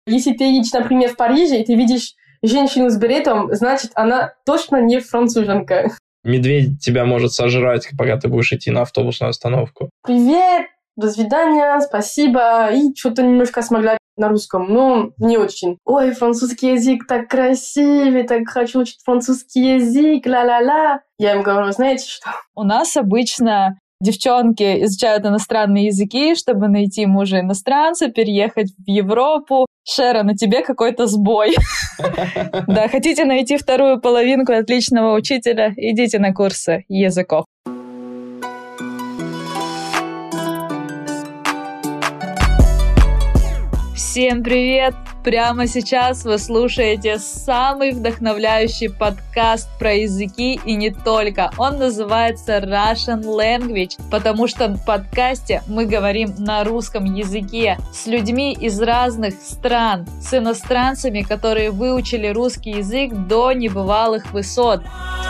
Если ты едешь, например, в Париже, и ты видишь женщину с беретом, значит, она точно не француженка. Медведь тебя может сожрать, пока ты будешь идти на автобусную остановку. Привет, до свидания, спасибо. И что-то немножко смогла на русском, но не очень. Ой, французский язык так красивый, так хочу учить французский язык, ла-ла-ла. Я им говорю, знаете что? У нас обычно девчонки изучают иностранные языки, чтобы найти мужа иностранца, переехать в Европу. Шера, на тебе какой-то сбой. Да, хотите найти вторую половинку отличного учителя? Идите на курсы языков. Всем привет! Прямо сейчас вы слушаете самый вдохновляющий подкаст про языки и не только. Он называется Russian Language, потому что в подкасте мы говорим на русском языке с людьми из разных стран, с иностранцами, которые выучили русский язык до небывалых высот.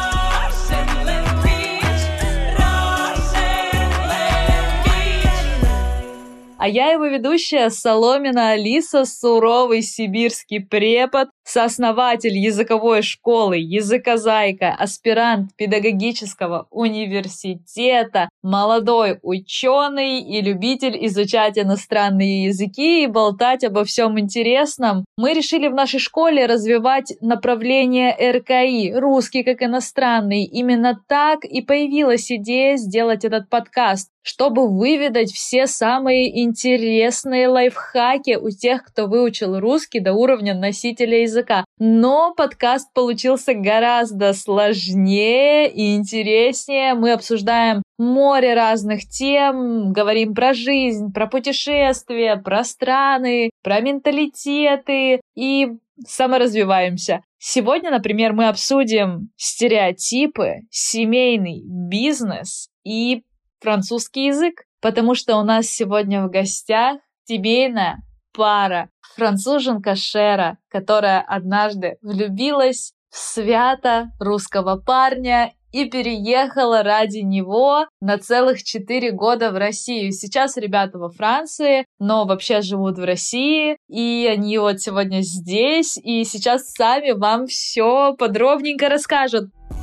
А я его ведущая Соломина Алиса, суровый сибирский препод, сооснователь языковой школы, языкозайка, аспирант педагогического университета, молодой ученый и любитель изучать иностранные языки и болтать обо всем интересном. Мы решили в нашей школе развивать направление РКИ, русский как иностранный. Именно так и появилась идея сделать этот подкаст, чтобы выведать все самые интересные лайфхаки у тех, кто выучил русский до уровня носителя языка. Но подкаст получился гораздо сложнее и интереснее. Мы обсуждаем море разных тем, говорим про жизнь, про путешествия, про страны, про менталитеты и саморазвиваемся. Сегодня, например, мы обсудим стереотипы, семейный бизнес и французский язык, потому что у нас сегодня в гостях семейная пара, француженка Шера, которая однажды влюбилась в свято русского парня и переехала ради него на целых 4 года в Россию. Сейчас ребята во Франции, но вообще живут в России, и они вот сегодня здесь, и сейчас сами вам все подробненько расскажут.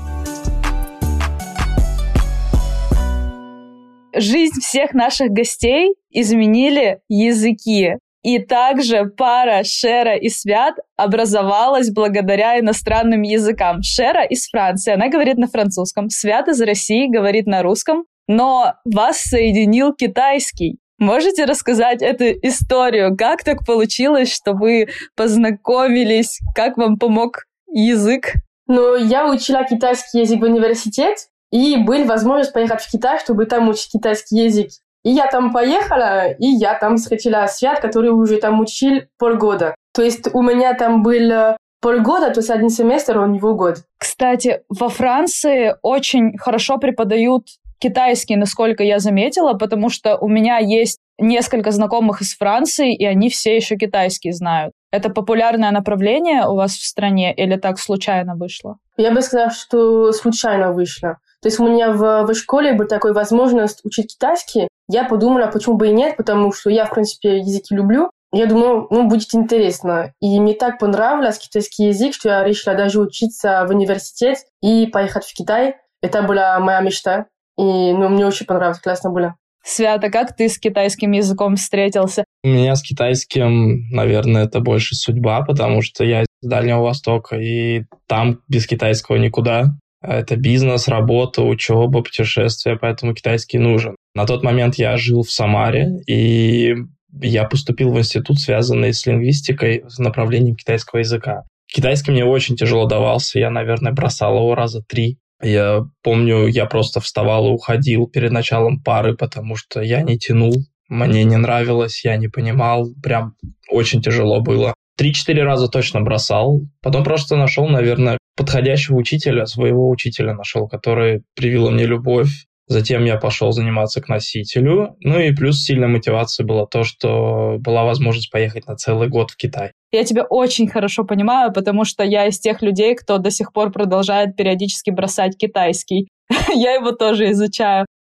Жизнь всех наших гостей изменили языки. И также пара Шера и Свят образовалась благодаря иностранным языкам. Шера из Франции, она говорит на французском. Свят из России говорит на русском. Но вас соединил китайский. Можете рассказать эту историю? Как так получилось, что вы познакомились? Как вам помог язык? Ну, я учила китайский язык в университете. И была возможность поехать в Китай, чтобы там учить китайский язык. И я там поехала, и я там встретила Свят, который уже там учил полгода. То есть у меня там был полгода, то есть 1 семестр, у него год. Кстати, во Франции очень хорошо преподают китайский, насколько я заметила, потому что у меня есть несколько знакомых из Франции, и они все еще китайский знают. Это популярное направление у вас в стране или так случайно вышло? Я бы сказала, что случайно вышло. То есть у меня в школе была такая возможность учить китайский. Я подумала, почему бы и нет, потому что я, в принципе, языки люблю. Я думаю, будет интересно. И мне так понравился китайский язык, что я решила даже учиться в университете и поехать в Китай. Это была моя мечта. И мне очень понравилось, классно было. Свята, как ты с китайским языком встретился? У меня с китайским, наверное, это больше судьба, потому что я из Дальнего Востока, и там без китайского никуда. Это бизнес, работа, учеба, путешествия, поэтому китайский нужен. На тот момент я жил в Самаре, и я поступил в институт, связанный с лингвистикой, с направлением китайского языка. Китайский мне очень тяжело давался, я, наверное, бросал его раза 3. Я помню, я просто вставал и уходил перед началом пары, потому что я не тянул, мне не нравилось, я не понимал, прям очень тяжело было. 3-4 раза точно бросал, потом просто нашел, наверное, подходящего учителя, своего учителя нашел, который привил мне любовь. Затем я пошел заниматься к носителю. Ну и плюс сильной мотивацией было то, что была возможность поехать на целый год в Китай. Я тебя очень хорошо понимаю, потому что я из тех людей, кто до сих пор продолжает периодически бросать китайский. Я его тоже изучаю.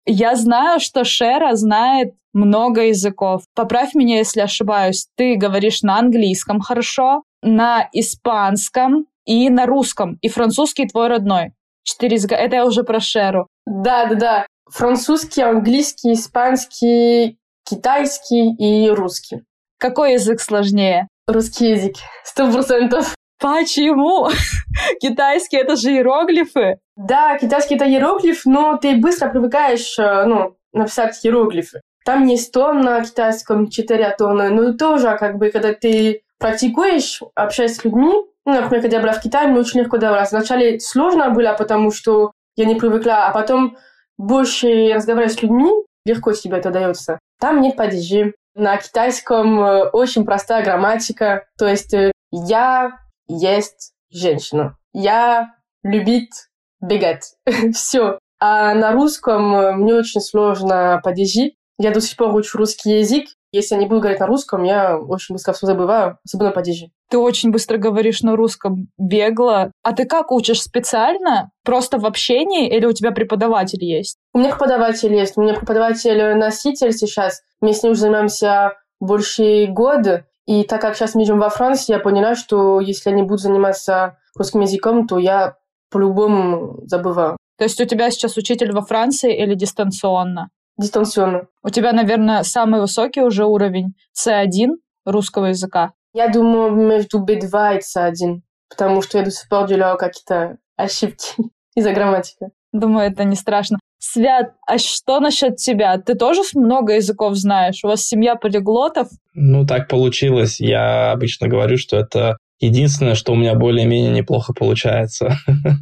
Я знаю, что Шера знает много языков. Поправь меня, если ошибаюсь. Ты говоришь на английском хорошо, на испанском и на русском. И французский твой родной. 4 языка. Это я уже про Шеру. Да. Французский, английский, испанский, китайский и русский. Какой язык сложнее? Русский язык. 100%. Почему? Китайский — это же иероглифы. Да, китайский — это иероглиф, но ты быстро привыкаешь, написать иероглифы. Там есть тон на китайском, 4 тона, но тоже, когда ты практикуешь, общаешься с людьми, например, когда я была в Китае, мне очень легко давалось. Вначале сложно было, потому что я не привыкла, а потом больше разговаривать с людьми, легко тебе это дается. Там нет падежи. На китайском очень простая грамматика, то есть я есть женщина. Я любит бегать. Все. А на русском мне очень сложно падежи. Я до сих пор учу русский язык. Если я не буду говорить на русском, я очень быстро все забываю, особенно падежи. Ты очень быстро говоришь на русском, бегло. А ты как учишь, специально? Просто в общении или у тебя преподаватель есть? У меня преподаватель есть. У меня преподаватель-носитель сейчас. Мы с ним уже занимаемся больше года. И так как сейчас мы живем во Франции, я поняла, что если я не буду заниматься русским языком, то я по-любому забываю. То есть у тебя сейчас учитель во Франции или дистанционно? Дистанционно. У тебя, наверное, самый высокий уже уровень C1 русского языка. Я думаю, между B2 и C1, потому что я до сих пор делаю какие-то ошибки из-за грамматики. Думаю, это не страшно. Свят, а что насчет тебя? Ты тоже много языков знаешь? У вас семья полиглотов? Так получилось. Я обычно говорю, что это единственное, что у меня более-менее неплохо получается.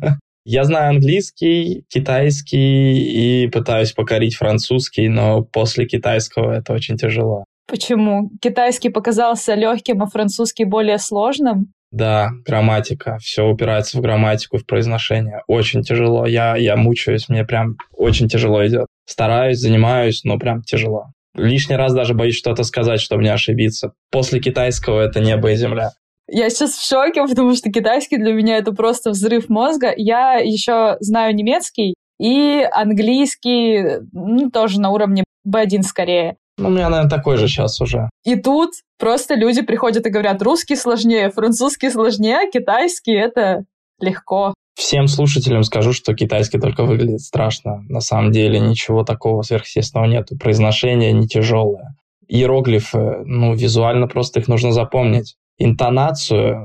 Я знаю английский, китайский и пытаюсь покорить французский, но после китайского это очень тяжело. Почему? Китайский показался легким, а французский более сложным? Да, грамматика. Все упирается в грамматику, в произношение. Очень тяжело. Я мучаюсь, мне прям очень тяжело идет. Стараюсь, занимаюсь, но прям тяжело. Лишний раз даже боюсь что-то сказать, чтобы не ошибиться. После китайского это небо и земля. Я сейчас в шоке, потому что китайский для меня это просто взрыв мозга. Я еще знаю немецкий и английский, тоже на уровне B1 скорее. У меня, наверное, такой же сейчас уже. И тут просто люди приходят и говорят, русский сложнее, французский сложнее, а китайский это легко. Всем слушателям скажу, что китайский только выглядит страшно. На самом деле ничего такого сверхъестественного нету. Произношение не тяжелое. Иероглифы, визуально просто их нужно запомнить. Интонацию,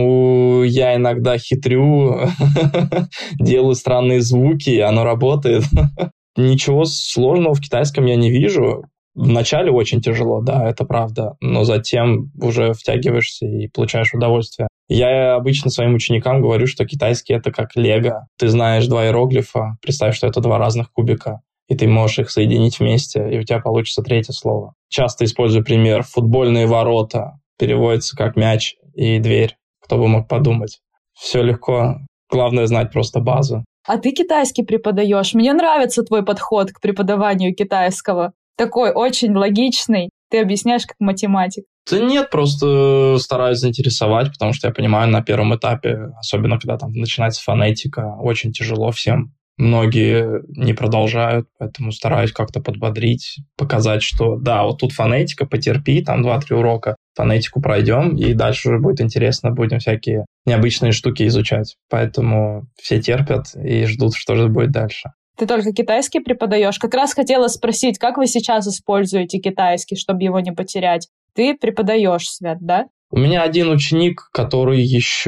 я иногда хитрю, делаю странные звуки, оно работает. Ничего сложного в китайском я не вижу. Вначале очень тяжело, да, это правда, но затем уже втягиваешься и получаешь удовольствие. Я обычно своим ученикам говорю, что китайский — это как лего. Ты знаешь 2 иероглифа, представь, что это 2 разных кубика, и ты можешь их соединить вместе, и у тебя получится 3-е слово. Часто использую пример «футбольные ворота». Переводится как мяч и дверь. Кто бы мог подумать. Все легко. Главное знать просто базу. А ты китайский преподаешь. Мне нравится твой подход к преподаванию китайского. Такой очень логичный. Ты объясняешь как математик. Да нет, просто стараюсь заинтересовать, потому что я понимаю, на первом этапе, особенно когда там начинается фонетика, очень тяжело всем. Многие не продолжают, поэтому стараюсь как-то подбодрить, показать, что да, вот тут фонетика, потерпи, там 2-3 урока, фонетику пройдем, и дальше уже будет интересно, будем всякие необычные штуки изучать. Поэтому все терпят и ждут, что же будет дальше. Ты только китайский преподаешь? Как раз хотела спросить, как вы сейчас используете китайский, чтобы его не потерять? Ты преподаешь, Свят, да? У меня один ученик, который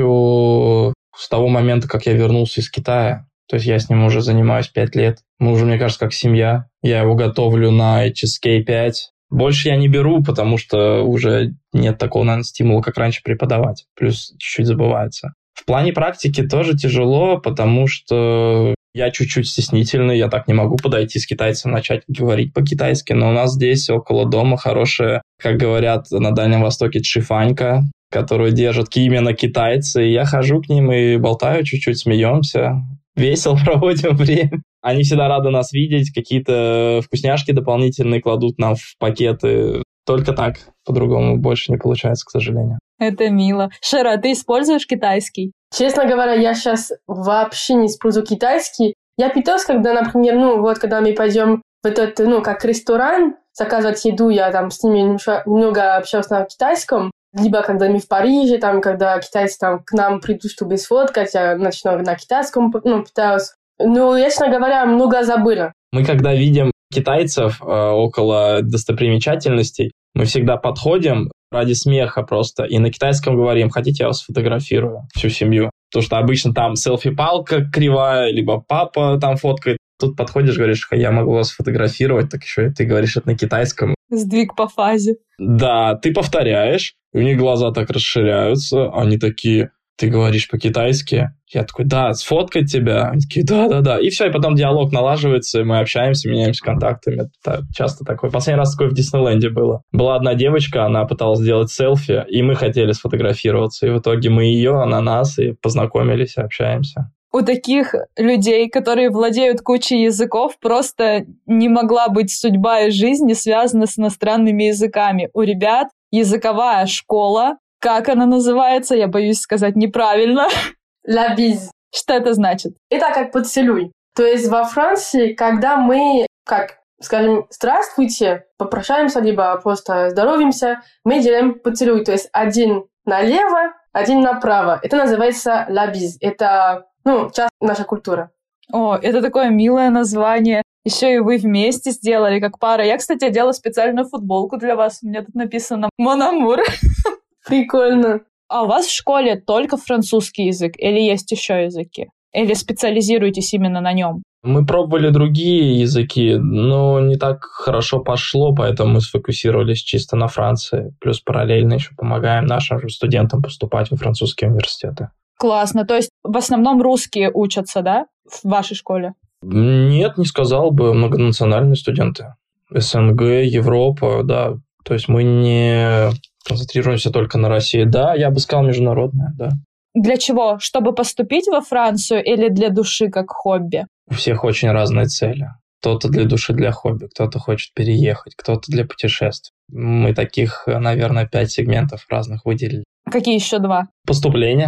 еще с того момента, как я вернулся из Китая, то есть я с ним уже занимаюсь 5 лет. Мы уже, мне кажется, как семья. Я его готовлю на HSK 5. Больше я не беру, потому что уже нет такого, наверное, стимула, как раньше преподавать. Плюс чуть-чуть забывается. В плане практики тоже тяжело, потому что я чуть-чуть стеснительный. Я так не могу подойти с китайцем, начать говорить по-китайски. Но у нас здесь около дома хорошая, как говорят на Дальнем Востоке, чифанька, которую держат именно китайцы. И я хожу к ним и болтаю чуть-чуть, смеемся. Весело проводим время. Они всегда рады нас видеть, какие-то вкусняшки дополнительные кладут нам в пакеты. Только так, по-другому больше не получается, к сожалению. Это мило. Шера, ты используешь китайский? Честно говоря, я сейчас вообще не использую китайский. Я пыталась, когда, например, когда мы пойдем в этот, как ресторан, заказывать еду, я там с ними немного общалась на китайском, либо когда мы в Париже, там, когда китайцы там к нам придут, чтобы сфоткать, я начну на китайском, пыталась. Но, я, честно говоря, много забыла. Мы когда видим китайцев около достопримечательностей, мы всегда подходим ради смеха просто и на китайском говорим: хотите, я вас сфотографирую, всю семью. Потому что обычно там селфи-палка кривая, либо папа там фоткает. Тут подходишь, говоришь: я могу вас сфотографировать, так еще и ты говоришь это на китайском. Сдвиг по фазе. Да, ты повторяешь, и у них глаза так расширяются, они такие: ты говоришь по-китайски? Я такой: да, сфоткать тебя? Они такие: да. И все, и потом диалог налаживается, и мы общаемся, меняемся контактами. Это часто такое. Последний раз такое в Диснейленде было. Была одна девочка, она пыталась сделать селфи, и мы хотели сфотографироваться. И в итоге мы ее, она нас, и познакомились, и общаемся. У таких людей, которые владеют кучей языков, просто не могла быть судьба и жизнь не связана с иностранными языками. У ребят языковая школа. Как она называется? Я боюсь сказать неправильно. La bise. Что это значит? Это как поцелуй. То есть во Франции, когда мы, скажем, здравствуйте, попрощаемся, либо просто здороваемся, мы делаем поцелуй. То есть один налево, один направо. Это называется la bise. Это, часть нашей культуры. О, это такое милое название. Еще и вы вместе сделали, как пара. Я, кстати, делала специальную футболку для вас. У меня тут написано «Mon amour». Прикольно. А у вас в школе только французский язык или есть еще языки? Или специализируетесь именно на нем? Мы пробовали другие языки, но не так хорошо пошло, поэтому мы сфокусировались чисто на Франции. Плюс параллельно еще помогаем нашим студентам поступать во французские университеты. Классно. То есть в основном русские учатся, да, в вашей школе? Нет, не сказал бы. Многонациональные студенты. СНГ, Европа, да. То есть мы не концентрируемся только на России. Да, я бы сказал международная, да. Для чего? Чтобы поступить во Францию или для души как хобби? У всех очень разные цели. Кто-то для души, для хобби, кто-то хочет переехать, кто-то для путешествий. Мы таких, наверное, 5 сегментов разных выделили. Какие еще 2? Поступление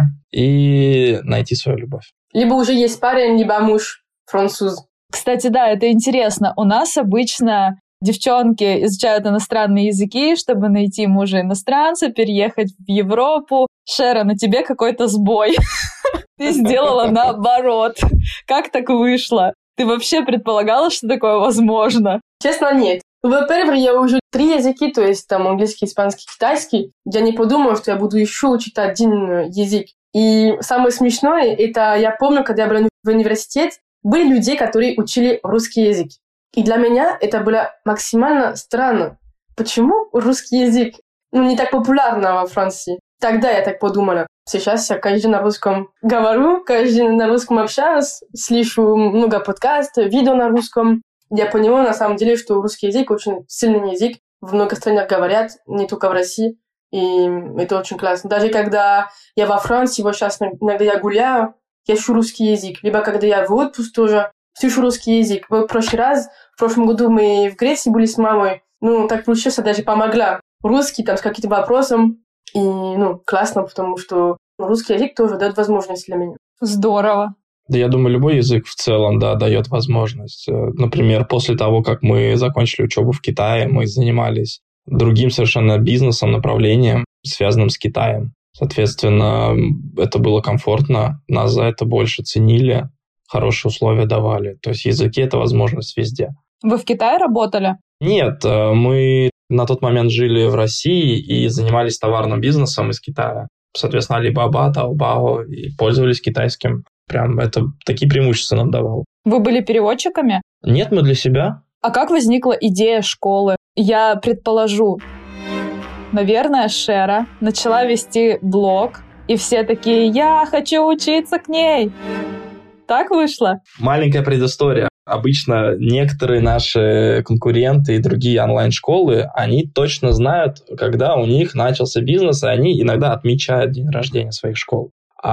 и найти свою любовь. Либо уже есть парень, либо муж француз. Кстати, да, это интересно. У нас обычно девчонки изучают иностранные языки, чтобы найти мужа иностранца, переехать в Европу. Шера, на тебе какой-то сбой. Ты сделала наоборот. Как так вышло? Ты вообще предполагала, что такое возможно? Честно, нет. Во-первых, я уже 3 языки, то есть там английский, испанский, китайский. Я не подумала, что я буду еще учить один язык. И самое смешное, это я помню, когда я была в университете, были люди, которые учили русский язык. И для меня это было максимально странно. Почему русский язык не так популярен во Франции? Тогда я так подумала. Сейчас я каждый день на русском говорю, каждый день на русском общаюсь, слышу много подкастов, видео на русском. Я понимаю, на самом деле, что русский язык очень сильный язык. В многих странах говорят, не только в России. И это очень классно. Даже когда я во Франции, вот сейчас иногда я гуляю, я ищу русский язык. Либо когда я в отпуск тоже слышу русский язык. В прошлом году мы в Греции были с мамой. Так получилось, я даже помогла. Русский там с каким-то вопросом. И, классно, потому что русский язык тоже дает возможность для меня. Здорово. Да, я думаю, любой язык в целом, да, дает возможность. Например, после того, как мы закончили учебу в Китае, мы занимались другим совершенно бизнесом, направлением, связанным с Китаем. Соответственно, это было комфортно, нас за это больше ценили, хорошие условия давали. То есть языки – это возможность везде. Вы в Китае работали? Нет, мы на тот момент жили в России и занимались товарным бизнесом из Китая. Соответственно, Alibaba, Taobao, и пользовались китайским. Прям это такие преимущества нам давало. Вы были переводчиками? Нет, мы для себя. А как возникла идея школы? Я предположу, наверное, Шера начала вести блог, и все такие: я хочу учиться к ней. Так вышло? Маленькая предыстория. Обычно некоторые наши конкуренты и другие онлайн-школы, они точно знают, когда у них начался бизнес, и они иногда отмечают день рождения своих школ.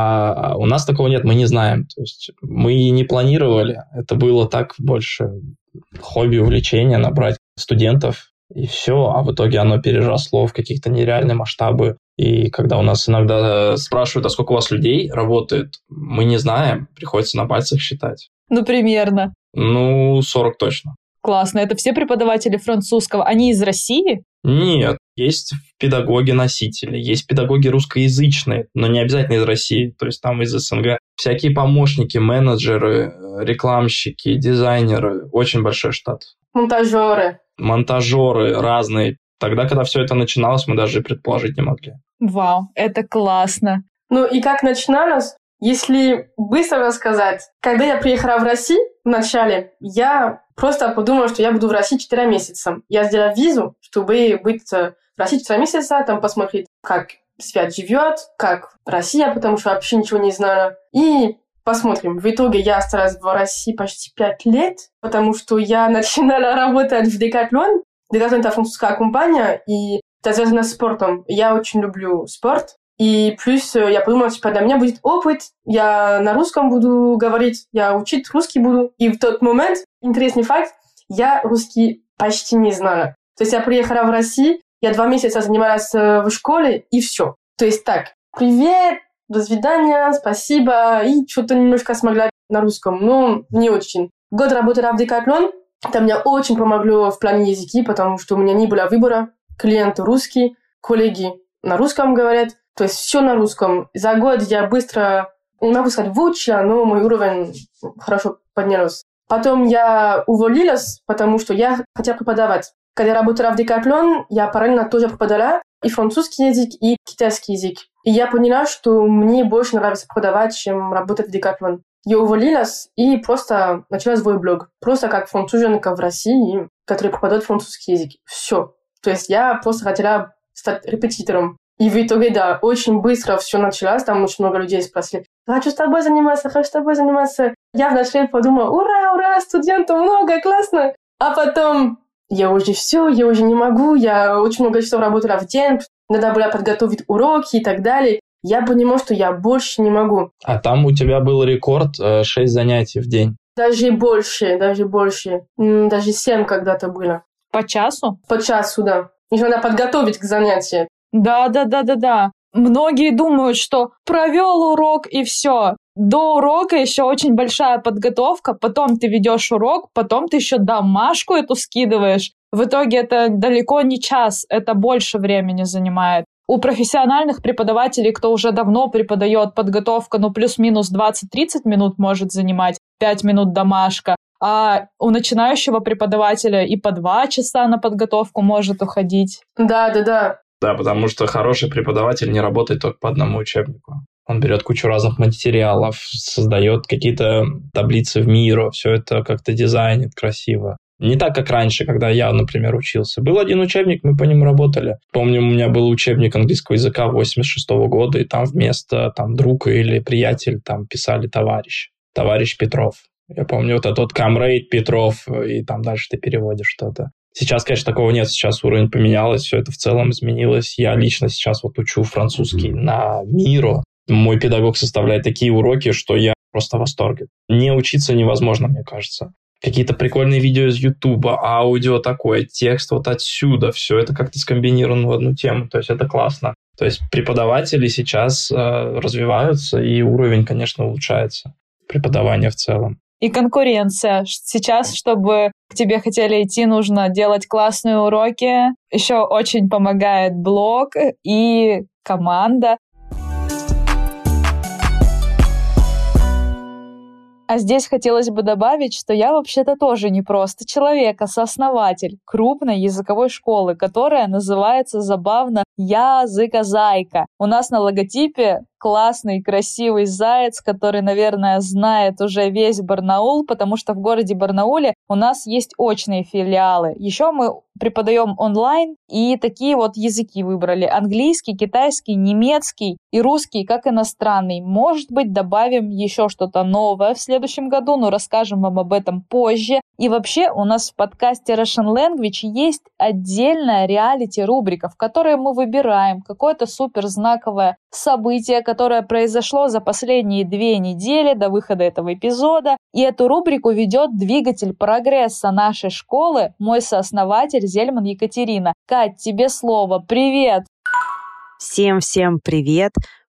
А у нас такого нет, мы не знаем. То есть мы не планировали. Это было так больше хобби, увлечение, набрать студентов, и все. А в итоге оно переросло в какие-то нереальные масштабы. И когда у нас иногда спрашивают, а сколько у вас людей работает, мы не знаем, приходится на пальцах считать. Примерно. 40 точно. Классно. Это все преподаватели французского? Они из России? Нет, есть педагоги-носители, есть педагоги русскоязычные, но не обязательно из России, то есть там из СНГ. Всякие помощники, менеджеры, рекламщики, дизайнеры, очень большой штат. Монтажеры разные. Тогда, когда все это начиналось, мы даже предположить не могли. Вау, это классно. Ну и как начиналось? Если быстро рассказать, когда я приехала в Россию в начале, я просто подумала, что я буду в России 4 месяца. Я сделала визу, чтобы быть в России 4 месяца, там посмотреть, как свет живет, как Россия, потому что вообще ничего не знала. И посмотрим. В итоге я осталась в России почти 5 лет, потому что я начинала работать в Decathlon. Decathlon — это французская компания, и это связано с спортом. Я очень люблю спорт. И плюс я подумала, типа, для меня будет опыт, я на русском буду говорить, я учить русский буду. И в тот момент, интересный факт, я русский почти не знала. То есть я приехала в Россию, я 2 месяца занималась в школе, и все. То есть так, привет, до свидания, спасибо, и что-то немножко смогла на русском, но не очень. Год работала в Decathlon, это мне очень помогло в плане языки, потому что у меня не было выбора. Клиенты русские, коллеги на русском говорят, то есть все на русском. За год я быстро, не могу сказать, выучила, но мой уровень хорошо поднялся. Потом я уволилась, потому что я хотела преподавать. Когда я работала в Decathlon, я параллельно тоже преподавала и французский язык, и китайский язык. И я поняла, что мне больше нравится преподавать, чем работать в Decathlon. Я уволилась и просто начала свой блог. Просто как француженка в России, которая преподает французский язык. Все. То есть я просто хотела стать репетитором. И в итоге, да, очень быстро все началось. Там очень много людей спросили: хочу с тобой заниматься, хочу с тобой заниматься. Я вначале подумала: ура, ура, студентов много, классно. А потом я уже все, я уже не могу. Я очень много часов работала в день. Надо было подготовить уроки и так далее. Я понимала, что я больше не могу. А там у тебя был рекорд 6 занятий в день. Даже больше. Даже 7 когда-то было. По часу? По часу, да. Их надо подготовить к занятию. Да. Многие думают, что провел урок и все. До урока еще очень большая подготовка, потом ты ведешь урок, потом ты еще домашку эту скидываешь. В итоге это далеко не час, это больше времени занимает. У профессиональных преподавателей, кто уже давно преподает, подготовка, плюс-минус 20-30 минут может занимать, 5 минут домашка. А у начинающего преподавателя и по 2 часа на подготовку может уходить. Да. Да, потому что хороший преподаватель не работает только по одному учебнику. Он берет кучу разных материалов, создает какие-то таблицы в Miro, все это как-то дизайнит красиво. Не так, как раньше, когда я, например, учился. Был один учебник, мы по нему работали. Помню, у меня был учебник английского языка 86 года, и там вместо друг или приятель там писали товарищ Петров. Я помню вот этот Comrade Петров, и там дальше ты переводишь что-то. Сейчас, конечно, такого нет. Сейчас уровень поменялось, все это в целом изменилось. Я лично сейчас учу французский на Miro. Мой педагог составляет такие уроки, что я просто в восторге. Не учиться невозможно, мне кажется. Какие-то прикольные видео из Ютуба, аудио такое, текст отсюда. Все это как-то скомбинировано в одну тему. То есть это классно. То есть преподаватели сейчас развиваются, и уровень, конечно, улучшается. Преподавание в целом. И конкуренция. Сейчас, чтобы к тебе хотели идти, нужно делать классные уроки. Еще очень помогает блог и команда. А здесь хотелось бы добавить, что я вообще-то тоже не просто человек, а сооснователь крупной языковой школы, которая называется забавно «Языказайка». У нас на логотипе классный, красивый заяц, который, наверное, знает уже весь Барнаул, потому что в городе Барнауле у нас есть очные филиалы. Еще мы преподаем онлайн, и такие языки выбрали: английский, китайский, немецкий и русский как иностранный. Может быть, добавим еще что-то новое в следующем году, но расскажем вам об этом позже. И вообще у нас в подкасте Russian Language есть отдельная реалити-рубрика, в которой мы выбираем какое-то суперзнаковое событие, которое произошло за последние 2 недели до выхода этого эпизода. И эту рубрику ведет двигатель прогресса нашей школы, мой сооснователь Зельман Екатерина. Кать, тебе слово. Привет! Всем привет!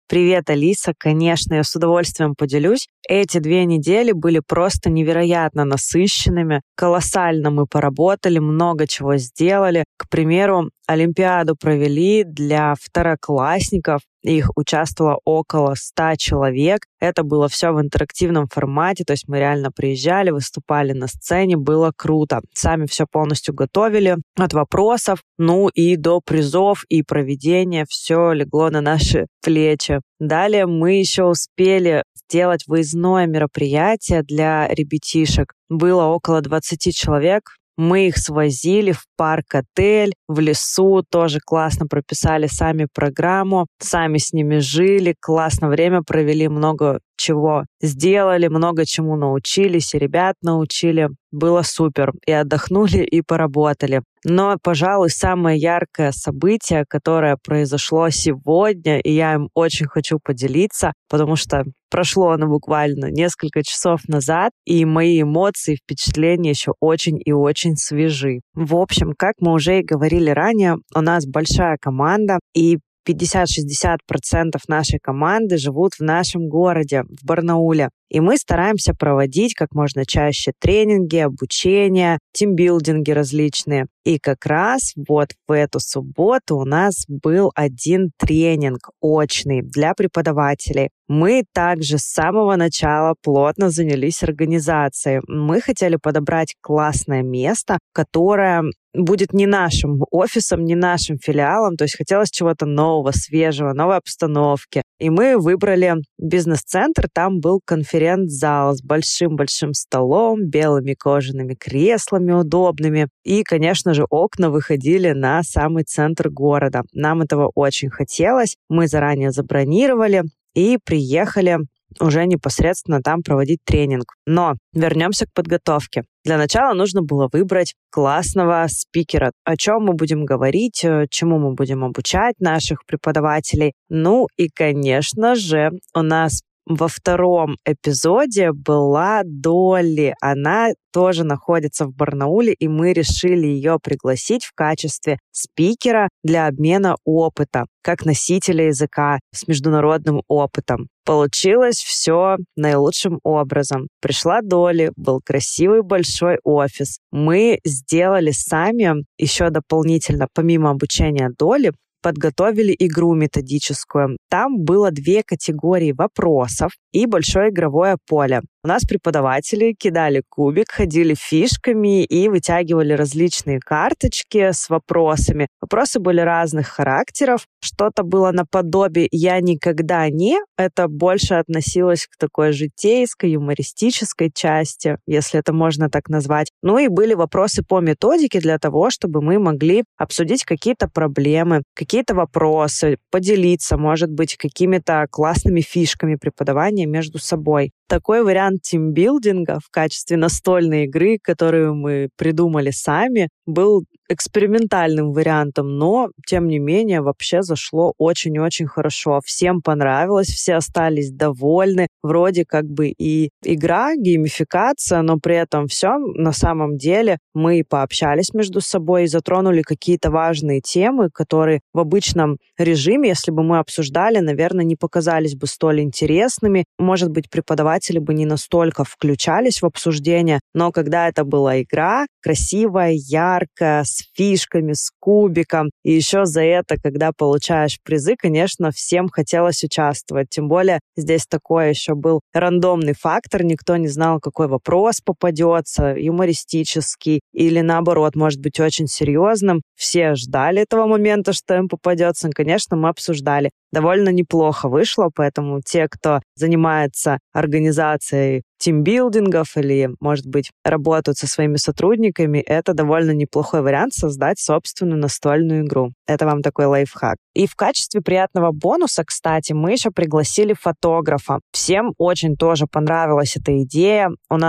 Привет, Алиса. Конечно, я с удовольствием поделюсь. Эти 2 недели были просто невероятно насыщенными. Колоссально мы поработали, много чего сделали. К примеру, Олимпиаду провели для второклассников. Их участвовало около 100 человек. Это было все в интерактивном формате, то есть мы реально приезжали, выступали на сцене, было круто. Сами все полностью готовили, от вопросов, и до призов и проведения все легло на наши плечи. Далее мы еще успели сделать выездное мероприятие для ребятишек. Было около 20 человек. Мы их свозили в парк-отель, в лесу, тоже классно прописали сами программу, сами с ними жили, классно время провели, много чего сделали, много чему научились, и ребят научили. Было супер. И отдохнули, и поработали. Но, пожалуй, самое яркое событие, которое произошло сегодня, и я им очень хочу поделиться, потому что прошло оно буквально несколько часов назад, и мои эмоции, впечатления еще очень и очень свежи. В общем, как мы уже и говорили ранее, у нас большая команда, и 50-60% нашей команды живут в нашем городе, в Барнауле. И мы стараемся проводить как можно чаще тренинги, обучения, тимбилдинги различные. И как раз вот в эту субботу у нас был один тренинг очный для преподавателей. Мы также с самого начала плотно занялись организацией. Мы хотели подобрать классное место, которое будет не нашим офисом, не нашим филиалом, то есть хотелось чего-то нового, свежего, новой обстановки. И мы выбрали бизнес-центр, там был конференц-зал с большим-большим столом, белыми кожаными креслами удобными. И, конечно же, окна выходили на самый центр города. Нам этого очень хотелось. Мы заранее забронировали и приехали уже непосредственно там проводить тренинг. Но вернемся к подготовке. Для начала нужно было выбрать классного спикера. О чем мы будем говорить, чему мы будем обучать наших преподавателей. И, конечно же, у нас во втором эпизоде была Долли. Она тоже находится в Барнауле, и мы решили ее пригласить в качестве спикера для обмена опыта, как носителя языка с международным опытом. Получилось все наилучшим образом. Пришла Долли, был красивый большой офис. Мы сделали сами еще дополнительно, помимо обучения Долли, подготовили игру методическую. Там было 2 категории вопросов и большое игровое поле. У нас преподаватели кидали кубик, ходили фишками и вытягивали различные карточки с вопросами. Вопросы были разных характеров. Что-то было наподобие «я никогда не». Это больше относилось к такой житейской, юмористической части, если это можно так назвать. И были вопросы по методике для того, чтобы мы могли обсудить какие-то проблемы, какие-то вопросы, поделиться, может быть, какими-то классными фишками преподавания между собой. Такой вариант тимбилдинга в качестве настольной игры, которую мы придумали сами, был экспериментальным вариантом, но, тем не менее, вообще зашло очень-очень хорошо. Всем понравилось, все остались довольны. Вроде как бы и игра, геймификация, но при этом все на самом деле мы пообщались между собой и затронули какие-то важные темы, которые в обычном режиме, если бы мы обсуждали, наверное, не показались бы столь интересными. Может быть, преподаватели бы не настолько включались в обсуждение, но когда это была игра, красивая, яркая, с фишками, с кубиком, и еще за это, когда получаешь призы, конечно, всем хотелось участвовать. Тем более здесь такой еще был рандомный фактор, никто не знал, какой вопрос попадется, юмористический или наоборот, может быть, очень серьезным. Все ждали этого момента, что им попадется. И, конечно, мы обсуждали. Довольно неплохо вышло, поэтому те, кто занимается организацией тимбилдингов или, может быть, работают со своими сотрудниками, это довольно неплохой вариант создать собственную настольную игру. Это вам такой лайфхак. И в качестве приятного бонуса, кстати, мы еще пригласили фотографа. Всем очень тоже понравилась эта идея. У нас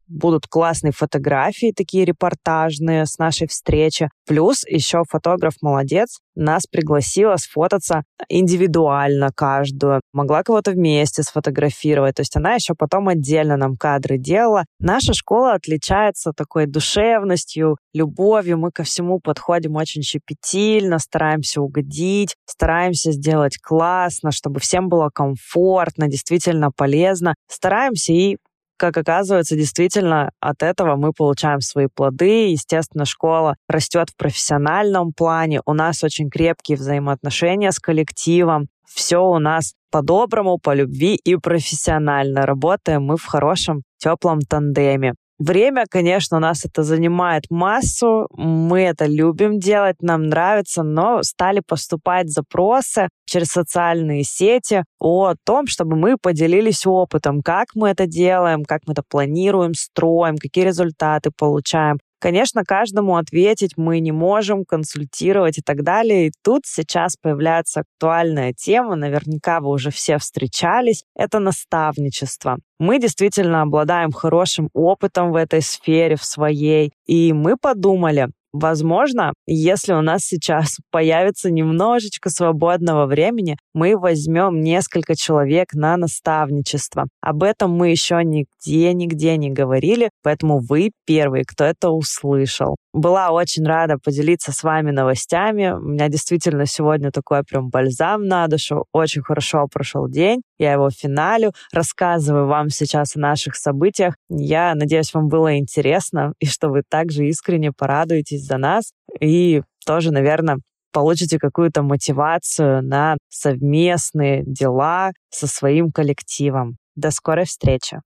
будут классные фотографии, такие репортажные с нашей встречи. Плюс еще фотограф молодец, нас пригласила сфотаться индивидуально каждую. Могла кого-то вместе сфотографировать. То есть она еще потом отдельно нам кадры делала. Наша школа отличается такой душевностью, любовью. Мы ко всему подходим очень щепетильно, стараемся угодить, стараемся сделать классно, чтобы всем было комфортно, действительно полезно. Стараемся и, как оказывается, действительно от этого мы получаем свои плоды. Естественно, школа растет в профессиональном плане. У нас очень крепкие взаимоотношения с коллективом. Все у нас по-доброму, по любви и профессионально. Работаем мы в хорошем, теплом тандеме. Время, конечно, у нас это занимает массу, мы это любим делать, нам нравится, но стали поступать запросы через социальные сети о том, чтобы мы поделились опытом, как мы это делаем, как мы это планируем, строим, какие результаты получаем. Конечно, каждому ответить мы не можем, консультировать и так далее. И тут сейчас появляется актуальная тема, наверняка вы уже все встречались, это наставничество. Мы действительно обладаем хорошим опытом в этой сфере, в своей, и мы подумали, возможно, если у нас сейчас появится немножечко свободного времени, мы возьмем несколько человек на наставничество. Об этом мы еще нигде не говорили, поэтому вы первые, кто это услышал. Была очень рада поделиться с вами новостями. У меня действительно сегодня такой прям бальзам на душу. Очень хорошо прошел день. Я его финалю. Рассказываю вам сейчас о наших событиях. Я надеюсь, вам было интересно, и что вы также искренне порадуетесь за нас. И тоже, наверное, получите какую-то мотивацию на совместные дела со своим коллективом. До скорой встречи.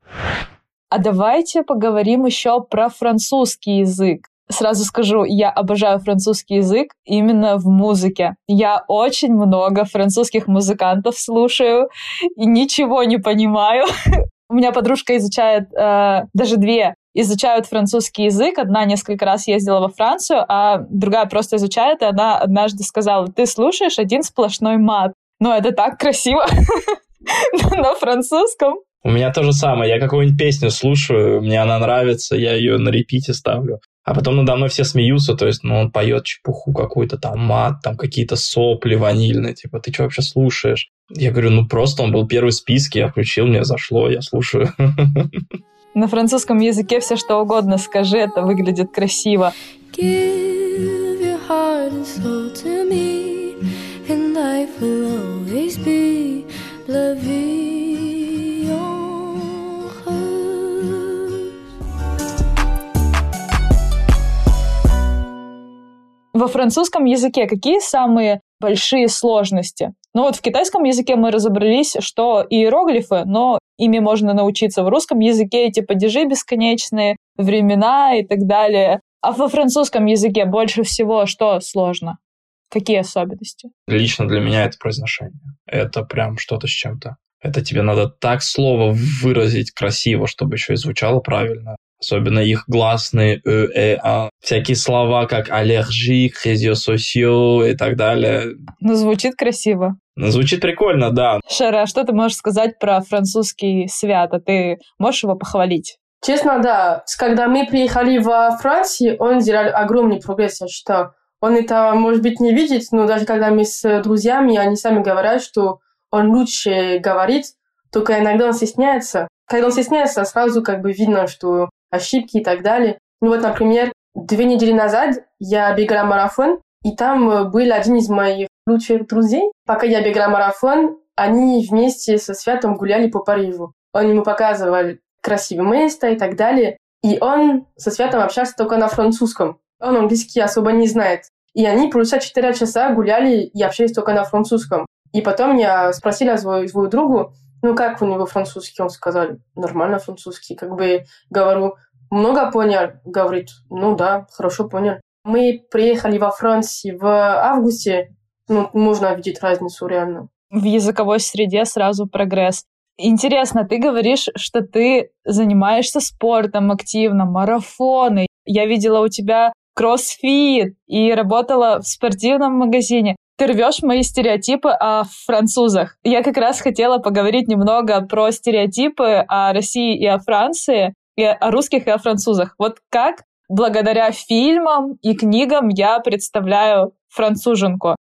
А давайте поговорим еще про французский язык. Сразу скажу, я обожаю французский язык именно в музыке. Я очень много французских музыкантов слушаю и ничего не понимаю. У меня подружка изучает, даже две изучают французский язык. Одна несколько раз ездила во Францию, а другая просто изучает, и она однажды сказала: ты слушаешь один сплошной мат. Но это так красиво на французском. У меня то же самое. Я какую-нибудь песню слушаю, мне она нравится, я ее на репите ставлю. А потом надо мной все смеются, то есть, он поет чепуху какую-то, там мат, там какие-то сопли ванильные, типа, ты что вообще слушаешь? Я говорю, просто он был первый в списке, я включил, мне зашло, я слушаю. На французском языке все что угодно скажи, это выглядит красиво. Give your heart and soul to me, and life will always be la vie en rose. Во французском языке какие самые большие сложности? В китайском языке мы разобрались, что иероглифы, но ими можно научиться. В русском языке эти падежи бесконечные, времена и так далее. А во французском языке больше всего что сложно? Какие особенности? Лично для меня это произношение. Это прям что-то с чем-то. Это тебе надо так слово выразить красиво, чтобы еще и звучало правильно. Особенно их гласные а. Всякие слова, как аллергик, réseaux sociaux и так далее. Звучит красиво. Звучит прикольно, да. Шара, что ты можешь сказать про французский свято? Ты можешь его похвалить? Честно, да. Когда мы приехали во Францию, он сделал огромный прогресс, я считаю. Он это, может быть, не видит, но даже когда мы с друзьями, они сами говорят, что он лучше говорит, только иногда он стесняется. Когда он стесняется, сразу видно, что ошибки и так далее. Например, 2 недели назад я бегала марафон, и там был один из моих лучших друзей. Пока я бегала марафон, они вместе со Святом гуляли по Парижу. Он ему показывал красивые места и так далее. И он со Святом общался только на французском. Он английский особо не знает. И они, получается, 4 часа гуляли и общались только на французском. И потом я спросила свою другу, как у него французский? Он сказал, нормально французский. Говорю, много понял? Говорит, да, хорошо понял. Мы приехали во Францию в августе. Можно видеть разницу реально. В языковой среде сразу прогресс. Интересно, ты говоришь, что ты занимаешься спортом активно, марафоны. Я видела у тебя кроссфит и работала в спортивном магазине. Ты рвешь мои стереотипы о французах. Я как раз хотела поговорить немного про стереотипы о России и о Франции. И о русских, и о французах. Вот как благодаря фильмам и книгам я представляю француженку.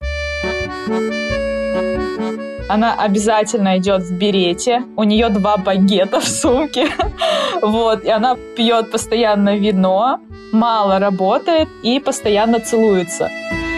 Она обязательно идет в берете, у нее 2 багета в сумке, вот, и она пьет постоянно вино, мало работает и постоянно целуется.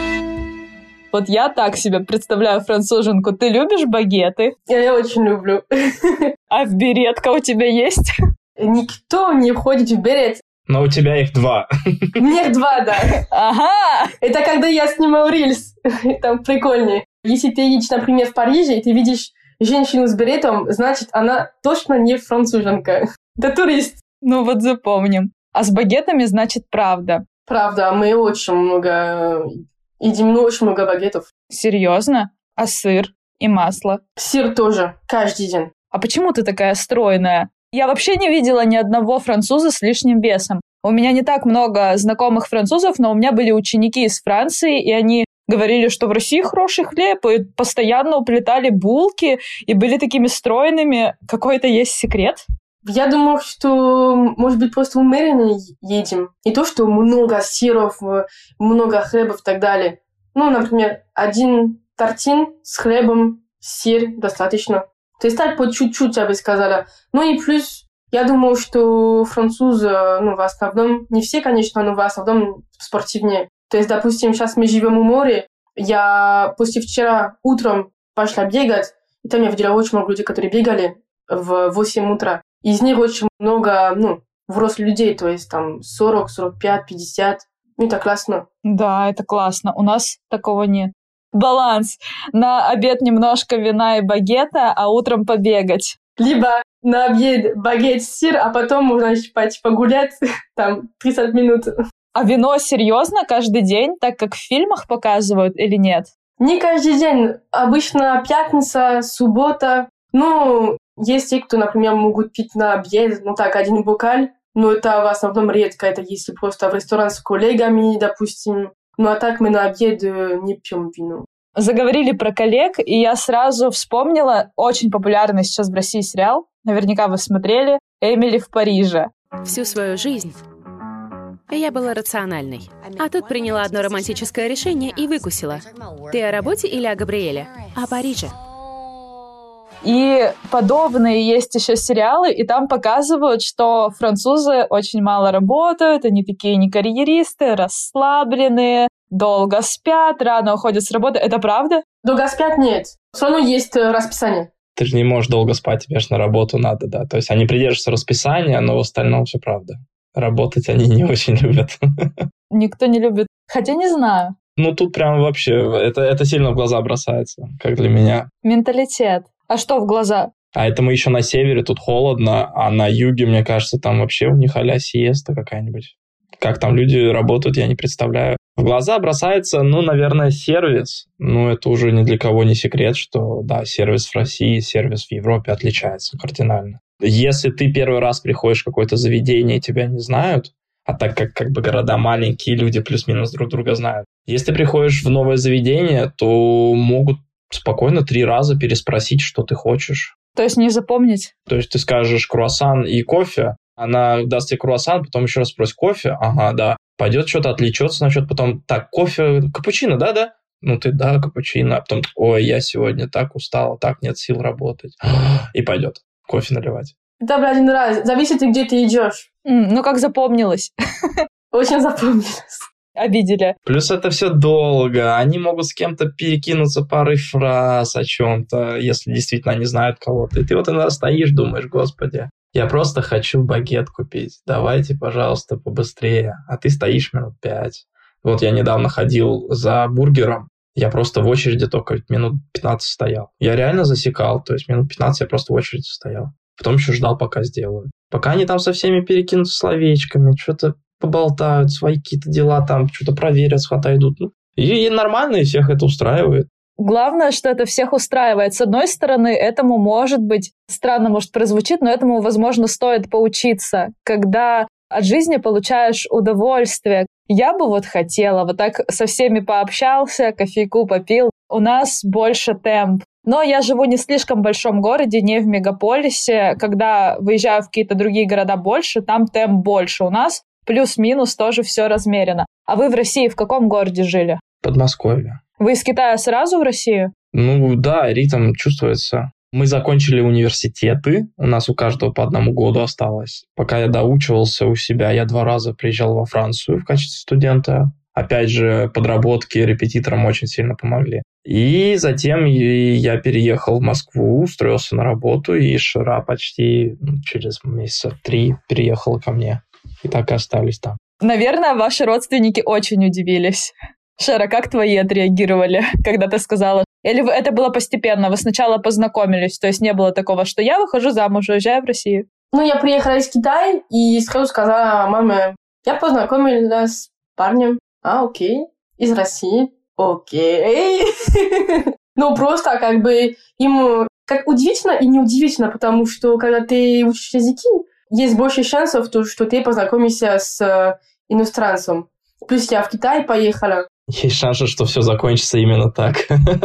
Вот я так себе представляю француженку. Ты любишь багеты? Я очень люблю. А беретка у тебя есть? Никто не входит в берет. Но у тебя их 2. У меня их 2, да. Ага! Это когда я снимал рилс. Там прикольнее. Если ты едешь, например, в Париже, и ты видишь женщину с беретом, значит, она точно не француженка. Это турист. Ну вот запомним. А с багетами, значит, правда. Правда, мы очень много едим, очень много багетов. Серьезно? А сыр и масло? Сыр тоже, каждый день. А почему ты такая стройная? Я вообще не видела ни одного француза с лишним весом. У меня не так много знакомых французов, но у меня были ученики из Франции, и они говорили, что в России хороший хлеб, и постоянно уплетали булки, и были такими стройными. Какой-то есть секрет? Я думаю, что, может быть, просто умеренно едим. Не то, что много сыров, много хлебов и так далее. Ну, например, 1 тортин с хлебом, сыр достаточно. То есть так по чуть-чуть, я бы сказала. Ну и плюс, я думаю, что французы, в основном, не все, конечно, но в основном спортивнее. То есть, допустим, сейчас мы живем у моря. Я после вчера утром пошла бегать, и там я видела очень много людей, которые бегали в 8 утра. Из них очень много, взрослых людей, то есть там 40, 45, 50. Это классно. Да, это классно. У нас такого нет. Баланс. На обед немножко вина и багета, а утром побегать. Либо на обед багет, сыр, а потом можно пойти погулять, там, 30 минут. А вино серьезно каждый день, так как в фильмах показывают или нет? Не каждый день. Обычно пятница, суббота. Есть те, кто, например, могут пить на обед, 1 бокал. Но это в основном редко. Это если просто в ресторан с коллегами, допустим. А так мы на обед не пьем вино. Заговорили про коллег, и я сразу вспомнила очень популярный сейчас в России сериал. Наверняка вы смотрели. «Эмили в Париже». Всю свою жизнь я была рациональной. А тут приняла одно романтическое решение и выкусила. Ты о работе или о Габриэле? О Париже. И подобные есть еще сериалы, и там показывают, что французы очень мало работают, они такие не карьеристы, расслабленные, долго спят, рано уходят с работы. Это правда? Долго спят нет. Все равно есть расписание. Ты же не можешь долго спать, тебе же на работу надо, да. То есть они придерживаются расписания, но в остальном все правда. Работать они не очень любят. Никто не любит. Хотя не знаю. Тут прям вообще, это сильно в глаза бросается, как для меня. Менталитет. А что в глаза? А это мы еще на севере, тут холодно, а на юге, мне кажется, там вообще у них а-ля сиеста какая-нибудь. Как там люди работают, я не представляю. В глаза бросается, наверное, сервис. Это уже ни для кого не секрет, что, да, сервис в России, сервис в Европе отличается кардинально. Если ты первый раз приходишь в какое-то заведение, и тебя не знают, а так как бы города маленькие, люди плюс-минус друг друга знают. Если ты приходишь в новое заведение, то могут спокойно 3 раза переспросить, что ты хочешь. То есть не запомнить? То есть ты скажешь круассан и кофе, она даст тебе круассан, потом еще раз спросит кофе, ага, да. Пойдет что-то отвлечется насчет, потом, так, кофе, капучино, да? Ты, да, капучино. А потом, ой, я сегодня так устала, так нет сил работать. И пойдет кофе наливать. Это, 1 раз. Зависит, где ты идешь. Как запомнилось. Очень запомнилось. Обидели. Плюс это все долго. Они могут с кем-то перекинуться парой фраз о чем-то, если действительно они знают кого-то. И ты иногда стоишь, думаешь, господи, я просто хочу багет купить. Давайте, пожалуйста, побыстрее. А ты стоишь минут 5. Вот я недавно ходил за бургером. Я просто в очереди только минут 15 стоял. Я реально засекал. То есть минут 15 я просто в очереди стоял. Потом еще ждал, пока сделают. Пока они там со всеми перекинутся словечками, что-то поболтают, свои какие-то дела там, что-то проверят, отойдут. И нормально, и всех это устраивает. Главное, что это всех устраивает. С одной стороны, этому может быть, странно может прозвучит, но этому, возможно, стоит поучиться. Когда от жизни получаешь удовольствие. Я бы хотела, так со всеми пообщался, кофейку попил. У нас больше темп. Но я живу не в слишком большом городе, не в мегаполисе. Когда выезжаю в какие-то другие города больше, там темп больше. У нас плюс-минус тоже все размерено. А вы в России в каком городе жили? Подмосковье. Вы из Китая сразу в Россию? Ну да, ритм чувствуется. Мы закончили университеты, у нас у каждого по 1 году осталось. Пока я доучивался у себя, я 2 раза приезжал во Францию в качестве студента. Опять же, подработки репетиторам очень сильно помогли. И затем я переехал в Москву, устроился на работу, и Шира почти через месяца 3 переехала ко мне. И так и остались там. Наверное, ваши родственники очень удивились. Шера, как твои отреагировали, когда ты сказала? Или это было постепенно? Вы сначала познакомились, то есть не было такого, что я выхожу замуж, уезжаю в Россию? Ну, я приехала из Китая и сразу сказала маме, я познакомилась с парнем. Окей. Из России. Окей. Ну, просто как бы ему как удивительно и неудивительно, потому что когда ты учишь языки, есть больше шансов, что ты познакомишься с иностранцем. Плюс я в Китай поехала. Есть шансы, что все закончится именно так.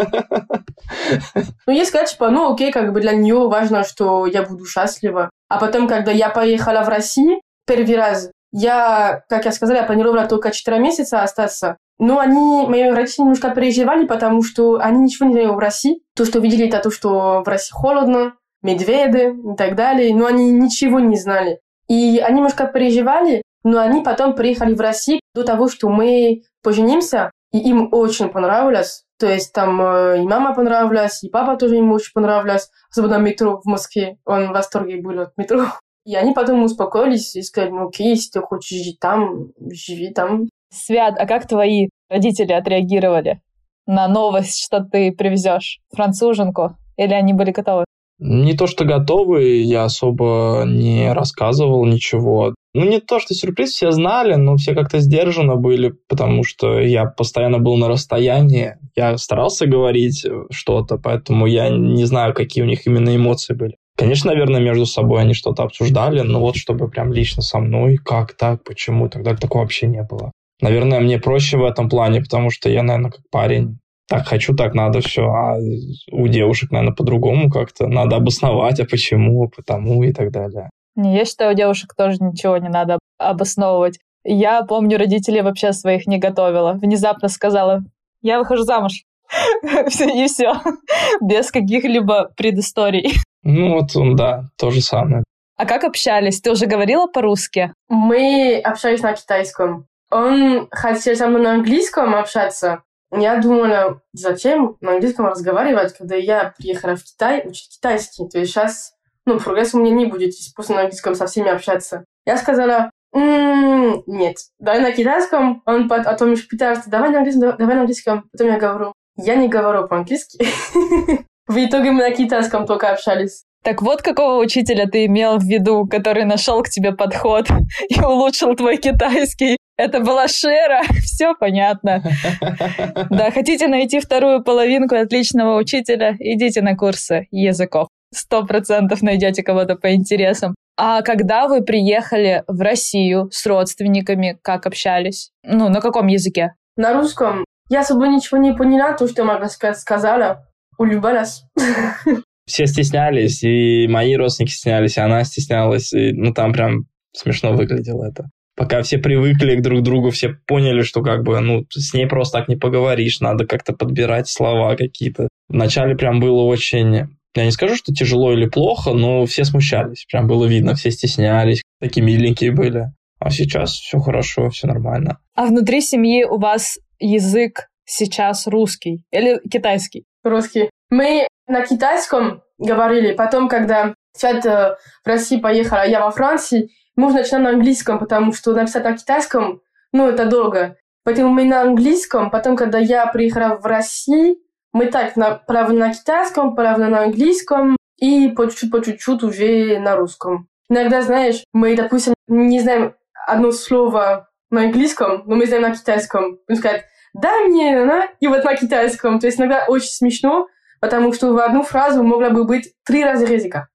Ну, я сказала, типа, ну, окей, как бы для нее важно, что я буду счастлива. А потом, когда я поехала в Россию, первый раз, как я сказала, я планировала только 4 месяца остаться. Но мои родители немножко переживали, потому что они ничего не знали в России. То, что видели, это то, что в России холодно, медведи и так далее. Но они ничего не знали. И они немножко переживали, но они потом приехали в Россию до того, что мы поженимся. И им очень понравилось. То есть там и мама понравилась, и папа тоже им очень понравилось. Особенно метро в Москве. Он в восторге был от метро. И они потом успокоились и сказали, ну окей, если ты хочешь жить там, живи там. Свят, а как твои родители отреагировали на новость, что ты привезешь француженку? Или они были готовы? Не то, что готовы, я особо не рассказывал ничего. Ну, не то, что сюрприз, все знали, но все как-то сдержанно были, потому что я постоянно был на расстоянии. Я старался говорить что-то, поэтому я не знаю, какие у них именно эмоции были. Конечно, наверное, между собой они что-то обсуждали, но вот чтобы прям лично со мной, как так, почему, тогда такого вообще не было. Наверное, мне проще в этом плане, потому что я, наверное, как парень, так хочу, так надо, все. А у девушек, наверное, по-другому как-то. Надо обосновать, а почему, потому и так далее. Я считаю, у девушек тоже ничего не надо обосновывать. Я помню, родителей вообще своих не готовила. Внезапно сказала, я выхожу замуж. И все. Без каких-либо предысторий. Ну вот, да, то же самое. А как общались? Ты уже говорила по-русски? Мы общались на китайском. Он хотел со мной на английском общаться. Я думала, зачем на английском разговаривать, когда я приехала в Китай учить китайский. То есть сейчас, прогресса у меня не будет, если просто на английском со всеми общаться. Я сказала, нет, давай на китайском. Он потом еще пытался, давай на английском. Потом я говорю, я не говорю по-английски. В итоге мы на китайском только общались. Так вот, какого учителя ты имел в виду, который нашел к тебе подход и улучшил твой китайский? Это была Шера, все понятно. Да, хотите найти вторую половинку отличного учителя? Идите на курсы языков. 100% найдете кого-то по интересам. А когда вы приехали в Россию с родственниками, как общались? На каком языке? На русском. Я особо ничего не поняла, то, что мама сказала. Улыбалась. Все стеснялись, и мои родственники стеснялись, и она стеснялась. И, там прям смешно выглядело это. Пока все привыкли друг к другу, все поняли, что с ней просто так не поговоришь, надо как-то подбирать слова какие-то. Вначале прям было очень... Я не скажу, что тяжело или плохо, но все смущались. Прям было видно, все стеснялись, такие миленькие были. А сейчас все хорошо, все нормально. А внутри семьи у вас язык сейчас русский или китайский? Русский. Мы на китайском говорили, потом, когда Свят в Россию поехала, а я во Франции, мы уже начали на английском, потому что написать на китайском, это долго. Поэтому мы на английском, потом, когда я приехала в Россию, мы так половину на китайском, половину на английском и по чуть-чуть уже на русском. Иногда, знаешь, мы, допустим, не знаем одно слово на английском, но мы знаем на китайском. Он скажет, дай мне, и вот на китайском. То есть иногда очень смешно, потому что в одну фразу могла бы быть 3 раза языка.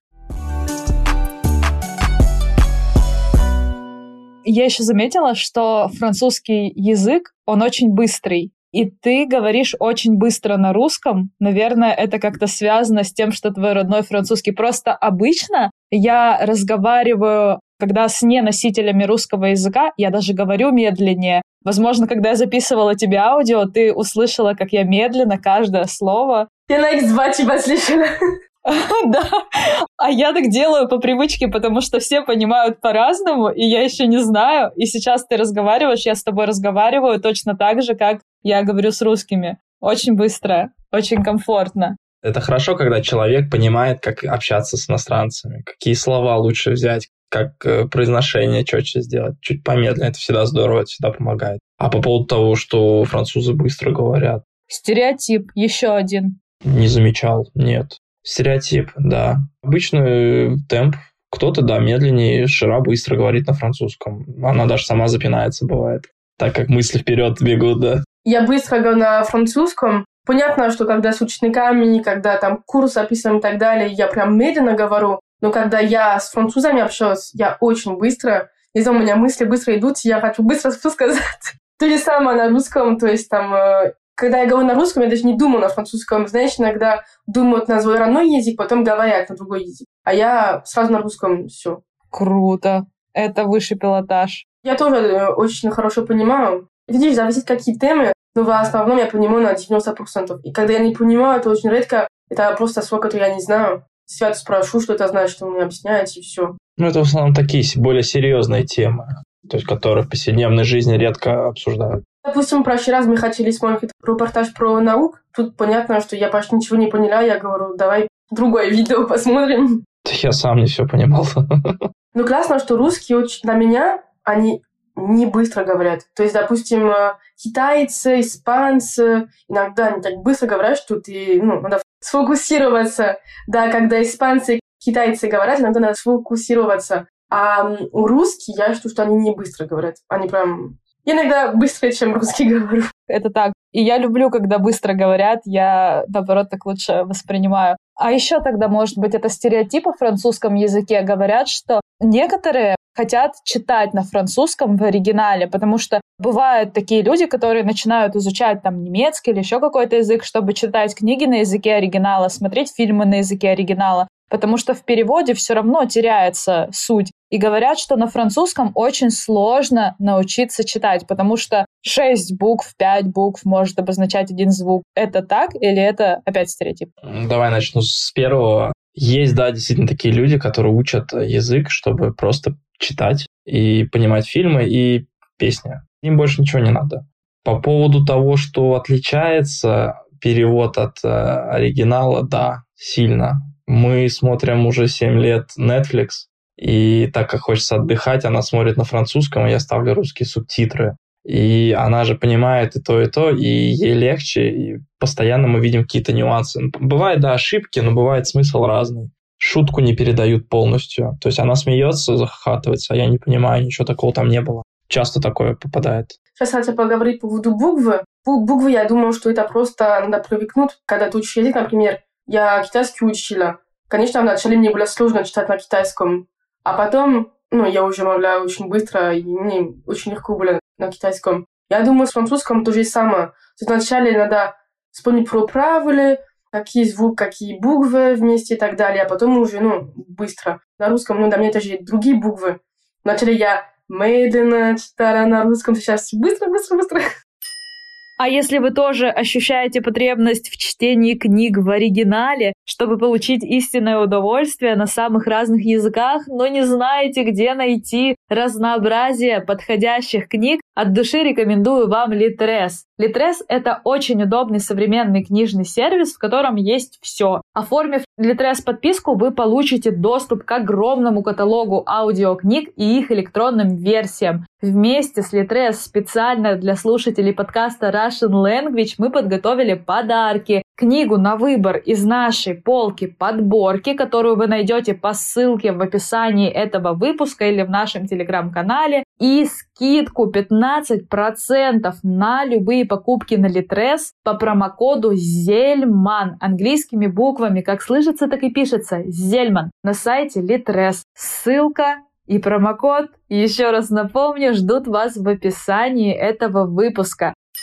Я еще заметила, что французский язык, он очень быстрый. И ты говоришь очень быстро на русском. Наверное, это как-то связано с тем, что твой родной французский. Просто обычно я разговариваю, когда с неносителями русского языка, я даже говорю медленнее. Возможно, когда я записывала тебе аудио, ты услышала, как я медленно каждое слово. Я на X2 тебя слышала. Да, а я так делаю по привычке, потому что все понимают по-разному, и я еще не знаю. И сейчас ты разговариваешь, я с тобой разговариваю точно так же, как я говорю с русскими. Очень быстро, очень комфортно. Это хорошо, когда человек понимает, как общаться с иностранцами, какие слова лучше взять, как произношение четче сделать, чуть помедленнее. Это всегда здорово, это всегда помогает. А по поводу того, что французы быстро говорят. Стереотип, еще один. Не замечал, нет. Стереотип, да. Обычный темп. Кто-то, да, медленнее, Шира быстро говорит на французском. Она даже сама запинается, бывает. Так как мысли вперед бегут, да. Я быстро говорю на французском. Понятно, что когда с учениками, когда там курс описан и так далее, я прям медленно говорю. Но когда я с французами общаюсь, я очень быстро. Не знаю, у меня мысли быстро идут, я хочу быстро все сказать. То же самое на русском, то есть там... Когда я говорю на русском, я даже не думаю на французском. Знаешь, иногда думают на свой родной язык, потом говорят на другой язык. А я сразу на русском все. Круто. Это высший пилотаж. Я тоже очень хорошо понимаю. Видишь, зависит какие темы, но в основном я понимаю на 90%. И когда я не понимаю, это очень редко. Это просто слово, которое я не знаю. Свято спрошу, что это значит, что вы мне объясняете, и все. Ну, это в основном такие более серьезные темы, то есть которые в повседневной жизни редко обсуждают. Допустим, в прошлый раз мы хотели смотреть репортаж про науку. Тут понятно, что я почти ничего не поняла. Я говорю, давай другое видео посмотрим. Я сам не все понимал. Ну, классно, что русские для меня, они не быстро говорят. То есть, допустим, китайцы, испанцы, иногда они так быстро говорят, что ты, надо сфокусироваться. Да, когда испанцы, китайцы говорят, иногда надо сфокусироваться. А русские, я считаю, что они не быстро говорят. Они прям... Я иногда быстрее, чем русский говорю. Это так. И я люблю, когда быстро говорят, я, наоборот, так лучше воспринимаю. А еще тогда, может быть, это стереотип о французском языке. Говорят, что некоторые хотят читать на французском в оригинале, потому что бывают такие люди, которые начинают изучать там немецкий или еще какой-то язык, чтобы читать книги на языке оригинала, смотреть фильмы на языке оригинала, потому что в переводе все равно теряется суть. И говорят, что на французском очень сложно научиться читать, потому что 6 букв, 5 букв может обозначать один звук. Это так или это опять стереотип? Давай начну с первого. Есть, да, действительно такие люди, которые учат язык, чтобы просто читать и понимать фильмы и песни. Им больше ничего не надо. По поводу того, что отличается перевод от оригинала, да, сильно. Мы смотрим уже 7 лет Netflix, и так как хочется отдыхать, она смотрит на французском, и я ставлю русские субтитры. И она же понимает и то, и ей легче, и постоянно мы видим какие-то нюансы. Бывают, да, ошибки, но бывает смысл разный. Шутку не передают полностью. То есть она смеется, захохатывается, а я не понимаю, ничего такого там не было. Часто такое попадает. Сейчас хотела поговорить по поводу буквы. Буквы, я думаю, что это просто надо привыкнуть. Когда ты учишь язык, например, я китайский учила. Конечно, вначале мне было сложно читать на китайском. А потом, я уже могла очень быстро, и мне очень легко было на китайском. Я думаю, с французским то же самое. То есть вначале надо вспомнить про правила, какие звуки, какие буквы вместе и так далее, а потом уже, быстро. На русском, для меня это же другие буквы. Вначале я медленно читала на русском, сейчас быстро. А если вы тоже ощущаете потребность в чтении книг в оригинале, чтобы получить истинное удовольствие на самых разных языках, но не знаете, где найти разнообразие подходящих книг, от души рекомендую вам Литрес. Литрес — это очень удобный современный книжный сервис, в котором есть все. Оформив Литрес подписку, вы получите доступ к огромному каталогу аудиокниг и их электронным версиям. Вместе с Литрес специально для слушателей подкаста Russian Language мы подготовили подарки. Книгу на выбор из нашей полки подборки, которую вы найдете по ссылке в описании этого выпуска или в нашем телеграм-канале, и скидку 15% на любые покупки на Литрес по промокоду ZELMAN английскими буквами, как слышится, так и пишется, ZELMAN, на сайте Литрес. Ссылка и промокод, еще раз напомню, ждут вас в описании этого выпуска.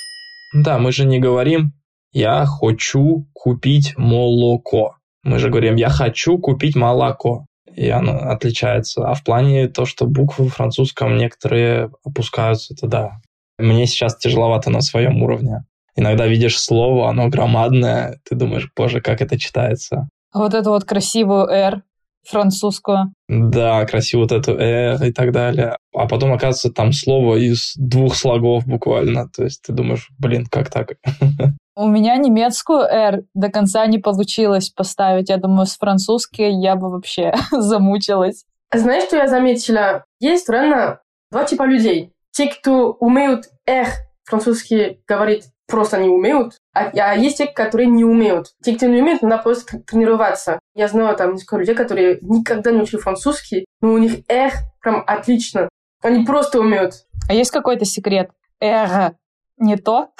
Да, мы же не говорим «я хочу купить молоко». Мы же говорим «я хочу купить молоко». И оно отличается. А в плане то, что буквы в французском некоторые опускаются, это да. Мне сейчас тяжеловато на своем уровне. Иногда видишь слово, оно громадное, ты думаешь, боже, как это читается. А вот эту вот красивую «р» французскую. Да, красиво вот эту «р» и так далее. А потом, оказывается, там слово из 2 слогов буквально. То есть ты думаешь, блин, как так? У меня немецкую «р» до конца не получилось поставить. Я думаю, с французской я бы вообще замучилась. Знаешь, что я заметила? Есть реально 2 типа людей. Те, кто умеют «р» французский говорить, просто не умеют, а есть те, которые не умеют. Те, кто не умеет, надо просто тренироваться. Я знаю там несколько людей, которые никогда не учили французский, но у них «р» прям отлично. Они просто умеют. А есть какой-то секрет? «Р» не то?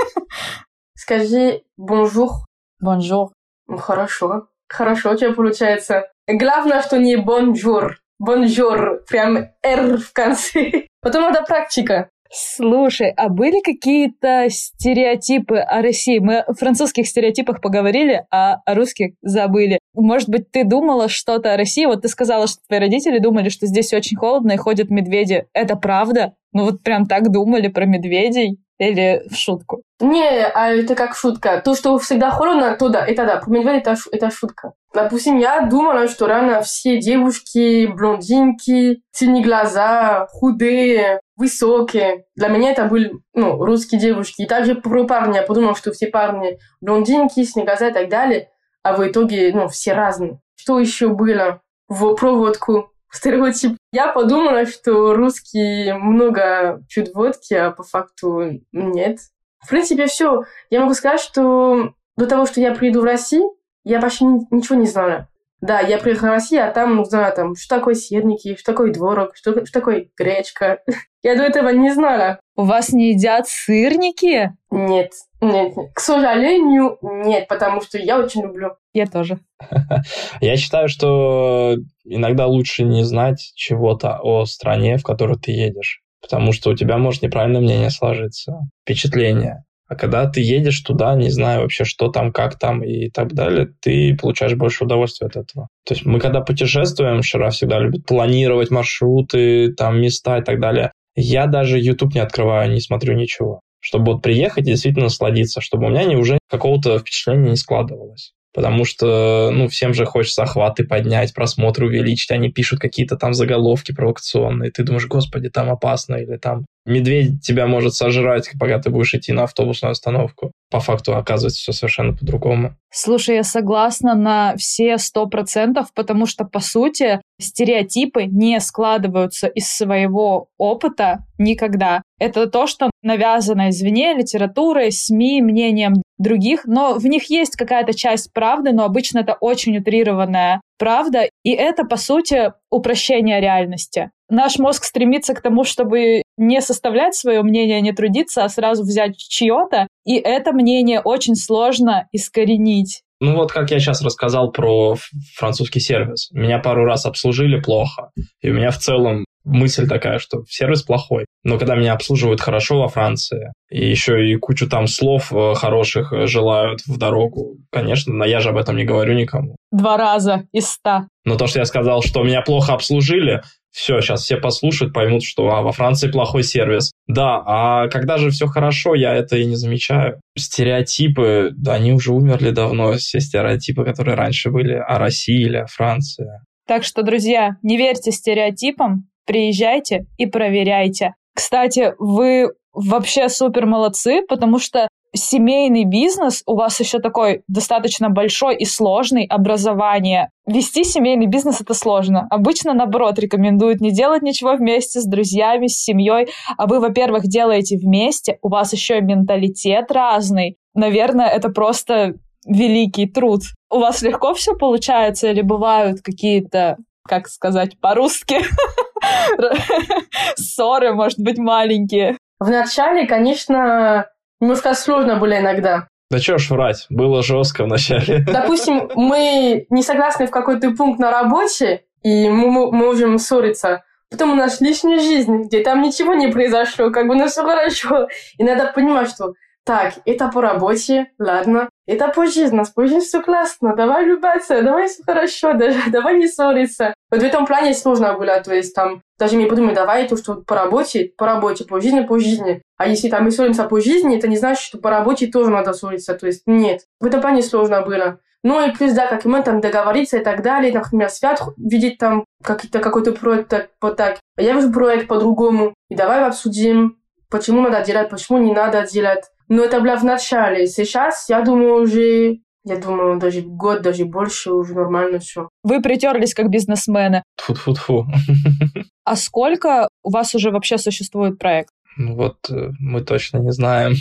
Скажи «bonjour». «Бонжур». Ну, хорошо. Хорошо у тебя получается. Главное, что не «bonjour». «Bonjour». Прям «р» в конце. Потом это практика. Слушай, а были какие-то стереотипы о России? Мы о французских стереотипах поговорили, а о русских забыли. Может быть, ты думала что-то о России? Вот ты сказала, что твои родители думали, что здесь очень холодно и ходят медведи. Это правда? Ну вот прям так думали про медведей? Или в шутку? Не, а это как шутка. То, что всегда холодно, то да, это да. Про медведя это шутка. Допустим, я думала, что рано все девушки, блондинки, синие глаза, худые, высокие. Для меня это были, русские девушки. И также про парня. Я подумала, что все парни блондинки, синие глаза и так далее. А в итоге, все разные. Что еще было в проводку? Стереотип. Я подумала, что русские много пьют водки, а по факту нет. В принципе, все. Я могу сказать, что до того, что я приеду в Россию, я почти ничего не знала. Да, я приехала в Россию, а там узнала, что такое сырники, что такое творог, что такое гречка. Я до этого не знала. У вас не едят сырники? Нет. К сожалению, нет, потому что я очень люблю. Я тоже. Я считаю, что иногда лучше не знать чего-то о стране, в которую ты едешь, потому что у тебя может неправильное мнение сложиться, впечатление. А когда ты едешь туда, не зная вообще, что там, как там и так далее, ты получаешь больше удовольствия от этого. То есть мы, когда путешествуем, Шира всегда любит планировать маршруты, там места и так далее. Я даже YouTube не открываю, не смотрю ничего. Чтобы вот приехать и действительно насладиться, чтобы у меня уже какого-то впечатления не складывалось. Потому что, всем же хочется охваты поднять, просмотры увеличить. Они пишут какие-то там заголовки провокационные. Ты думаешь, господи, там опасно, или там медведь тебя может сожрать, пока ты будешь идти на автобусную остановку. По факту оказывается все совершенно по-другому. Слушай, я согласна на все 100%, потому что, по сути, стереотипы не складываются из своего опыта никогда. Это то, что навязано извне, литературой, СМИ, мнением других, но в них есть какая-то часть правды, но обычно это очень утрированная правда, и это, по сути, упрощение реальности. Наш мозг стремится к тому, чтобы не составлять свое мнение, не трудиться, а сразу взять чье-то, и это мнение очень сложно искоренить. Вот как я сейчас рассказал про французский сервис. Меня пару раз обслужили плохо, и у меня в целом мысль такая, что сервис плохой. Но когда меня обслуживают хорошо во Франции, и еще и кучу там слов хороших желают в дорогу, конечно, но я же об этом не говорю никому. 2 раза из 100. Но то, что я сказал, что меня плохо обслужили, все, сейчас все послушают, поймут, что во Франции плохой сервис. Да, а когда же все хорошо, я это и не замечаю. Стереотипы, да, они уже умерли давно, все стереотипы, которые раньше были о России или о Франции. Так что, друзья, не верьте стереотипам, приезжайте и проверяйте. Кстати, вы вообще супер молодцы, потому что семейный бизнес у вас еще такой достаточно большой и сложный, образование. Вести семейный бизнес — это сложно. Обычно, наоборот, рекомендуют не делать ничего вместе с друзьями, с семьей. А вы, во-первых, делаете вместе, у вас еще и менталитет разный. Наверное, это просто великий труд. У вас легко все получается или бывают какие-то, как сказать по-русски, ссоры, может быть, маленькие? Вначале, конечно, немножко сложно было иногда. Да чё ж врать, было жестко вначале. Допустим, мы не согласны в какой-то пункт на работе, и мы можем ссориться. Потом у нас личная жизнь, где там ничего не произошло, как бы все хорошо. И надо понимать, что так, это по работе, ладно, это по жизни, по жизни все классно, давай любаться, давай все хорошо, давай не ссориться. Вот в этом плане сложно было, то есть там даже мне подумали, давай то, что по работе, по жизни. А если там мы ссоримся по жизни, это не значит, что по работе тоже надо ссориться, то есть нет. В этом плане сложно было. Ну и плюс, да, как мы там договориться и так далее, например, Свят видит там какой-то проект вот так, а я вижу проект по-другому, и давай обсудим, почему надо делать, почему не надо делать. Но это было в начале. Сейчас, я думаю, даже год, даже больше уже нормально все. Вы притерлись как бизнесмены. Тьфу-тьфу-тьфу. А сколько у вас уже вообще существует проект? Ну вот мы точно не знаем.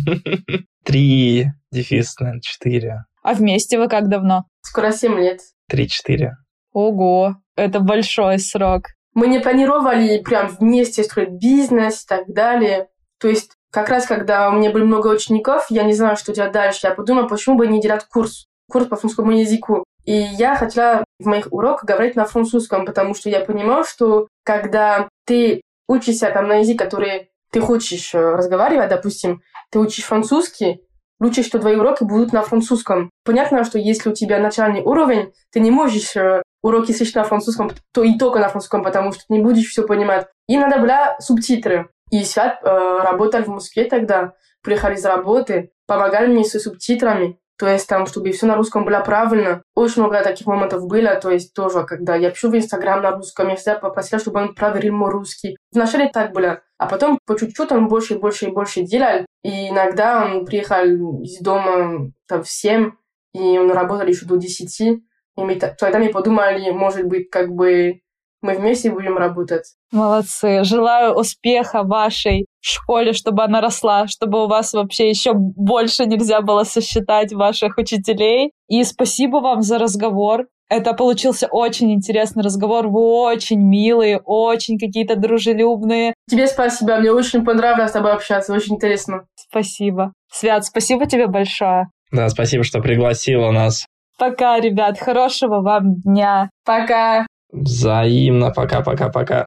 3, 4. А вместе вы как давно? Скоро 7 лет. 3-4. Ого, это большой срок. Мы не планировали прям вместе строить бизнес и так далее. То есть как раз, когда у меня было много учеников, я не знала, что делать дальше. Я подумала, почему бы не делать курс по французскому языку. И я хотела в моих уроках говорить на французском, потому что я понимала, что когда ты учишься там на язык, который ты хочешь разговаривать, допустим, ты учишь французский, лучше, что твои уроки будут на французском. Понятно, что если у тебя начальный уровень, ты не можешь уроки слышать на французском, то и только на французском, потому что ты не будешь все понимать. И надо было субтитры. И Свят работал в Москве тогда, приехали с работы, помогали мне с субтитрами, то есть там, чтобы все на русском было правильно. Очень много таких моментов было, то есть тоже, когда я пишу в Инстаграм на русском, я всегда попросила, чтобы он проверил мой русский. Вначале так было, а потом по чуть-чуть он больше и больше и больше делал, и иногда он приехал из дома там, в 7, и он работал еще до 10, и тогда мы подумали, может быть, как бы мы вместе будем работать. Молодцы. Желаю успеха вашей школе, чтобы она росла, чтобы у вас вообще еще больше нельзя было сосчитать ваших учителей. И спасибо вам за разговор. Это получился очень интересный разговор. Вы очень милые, очень какие-то дружелюбные. Тебе спасибо. Мне очень понравилось с тобой общаться. Очень интересно. Спасибо. Свят, спасибо тебе большое. Да, спасибо, что пригласила нас. Пока, ребят. Хорошего вам дня. Пока. Взаимно. Пока-пока-пока.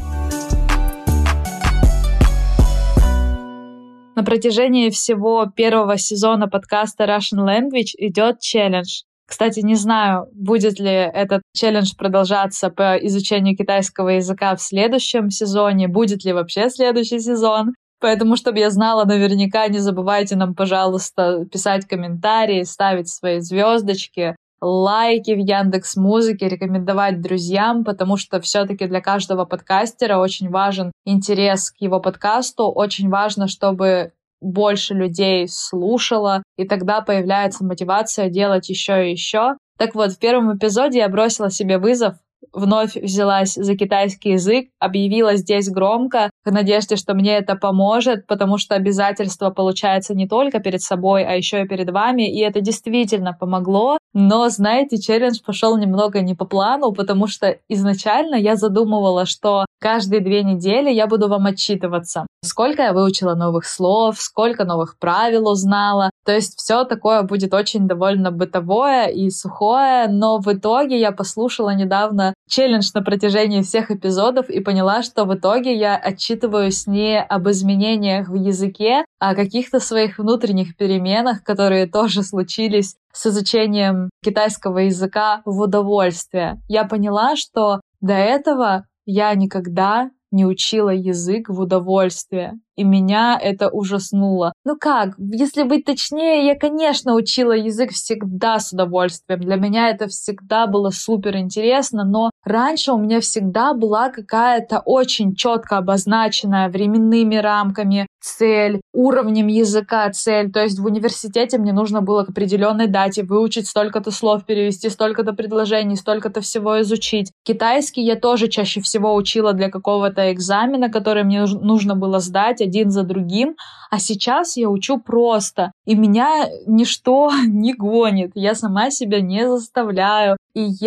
На протяжении всего первого сезона подкаста Russian Language идет челлендж. Кстати, не знаю, будет ли этот челлендж продолжаться по изучению китайского языка в следующем сезоне, будет ли вообще следующий сезон. Поэтому, чтобы я знала наверняка, не забывайте нам, пожалуйста, писать комментарии, ставить свои звездочки, лайки в Яндекс.Музыке, рекомендовать друзьям, потому что все-таки для каждого подкастера очень важен интерес к его подкасту, очень важно, чтобы больше людей слушало, и тогда появляется мотивация делать еще и еще. Так вот, в первом эпизоде я бросила себе вызов, вновь взялась за китайский язык, объявила здесь громко, в надежде, что мне это поможет, потому что обязательство получается не только перед собой, а еще и перед вами, и это действительно помогло. Но, знаете, челлендж пошел немного не по плану, потому что изначально я задумывала, что каждые 2 недели я буду вам отчитываться. Сколько я выучила новых слов, сколько новых правил узнала. То есть все такое будет очень довольно бытовое и сухое, но в итоге я послушала недавно челлендж на протяжении всех эпизодов и поняла, что в итоге я отчитываюсь не об изменениях в языке, а о каких-то своих внутренних переменах, которые тоже случились с изучением китайского языка в удовольствие. Я поняла, что до этого я никогда не учила язык в удовольствие, и меня это ужаснуло. Ну как, если быть точнее, я, конечно, учила язык всегда с удовольствием. Для меня это всегда было супер интересно, но раньше у меня всегда была какая-то очень четко обозначенная временными рамками цель, уровнем языка цель. То есть в университете мне нужно было к определенной дате выучить столько-то слов, перевести столько-то предложений, столько-то всего изучить. Китайский я тоже чаще всего учила для какого-то экзамена, который мне нужно было сдать один за другим, а сейчас я учу просто, и меня ничто не гонит, я сама себя не заставляю, и я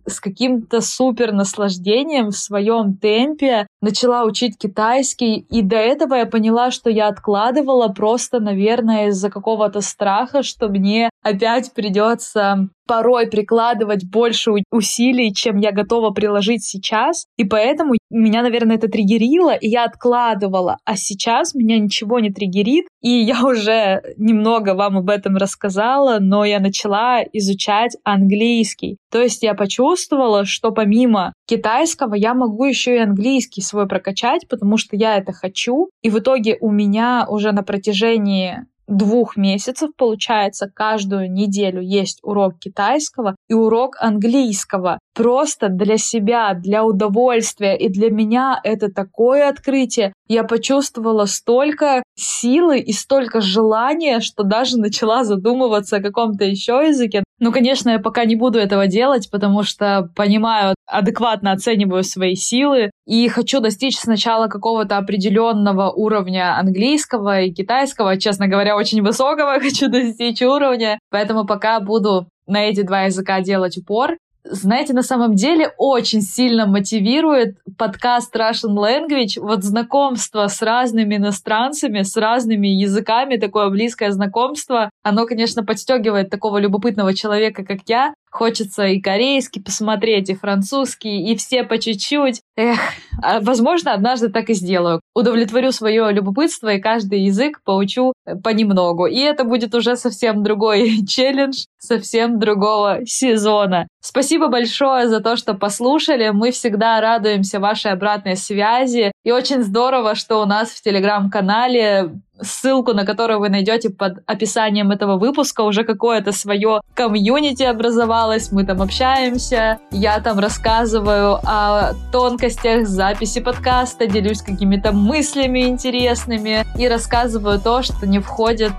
с каким-то супер наслаждением в своем темпе начала учить китайский, и до этого я поняла, что я откладывала просто, наверное, из-за какого-то страха, что мне опять придется порой прикладывать больше усилий, чем я готова приложить сейчас, и поэтому меня, наверное, это триггерило, и я откладывала, а сейчас меня ничего не триггерит, и я уже немного вам об этом рассказала, но я начала изучать английский. То есть я почувствовала, что помимо китайского я могу еще и английский свой прокачать, потому что я это хочу, и в итоге у меня уже на протяжении 2 месяцев, получается, каждую неделю есть урок китайского и урок английского. Просто для себя, для удовольствия. И для меня это такое открытие. Я почувствовала столько силы и столько желания, что даже начала задумываться о каком-то еще языке. Ну, конечно, я пока не буду этого делать, потому что понимаю, адекватно оцениваю свои силы и хочу достичь сначала какого-то определенного уровня английского и китайского. Честно говоря, очень высокого хочу достичь уровня, поэтому пока буду на эти 2 языка делать упор. Знаете, на самом деле очень сильно мотивирует подкаст Russian Language, вот знакомство с разными иностранцами, с разными языками, такое близкое знакомство. Оно, конечно, подстегивает такого любопытного человека, как я. Хочется и корейский посмотреть, и французский, и все по чуть-чуть. Возможно, однажды так и сделаю. Удовлетворю свое любопытство и каждый язык поучу понемногу. И это будет уже совсем другой челлендж, совсем другого сезона. Спасибо большое за то, что послушали. Мы всегда радуемся вашей обратной связи. И очень здорово, что у нас в Телеграм-канале, ссылку на которую вы найдете под описанием этого выпуска, уже какое-то свое комьюнити образовалось, мы там общаемся, я там рассказываю о тонкостях записи подкаста, делюсь какими-то мыслями интересными и рассказываю то, что не входит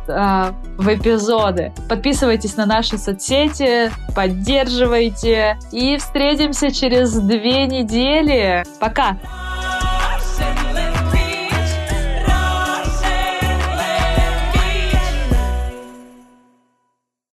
в эпизоды. Подписывайтесь на наши соцсети, поддерживайте и встретимся через 2 недели. Пока!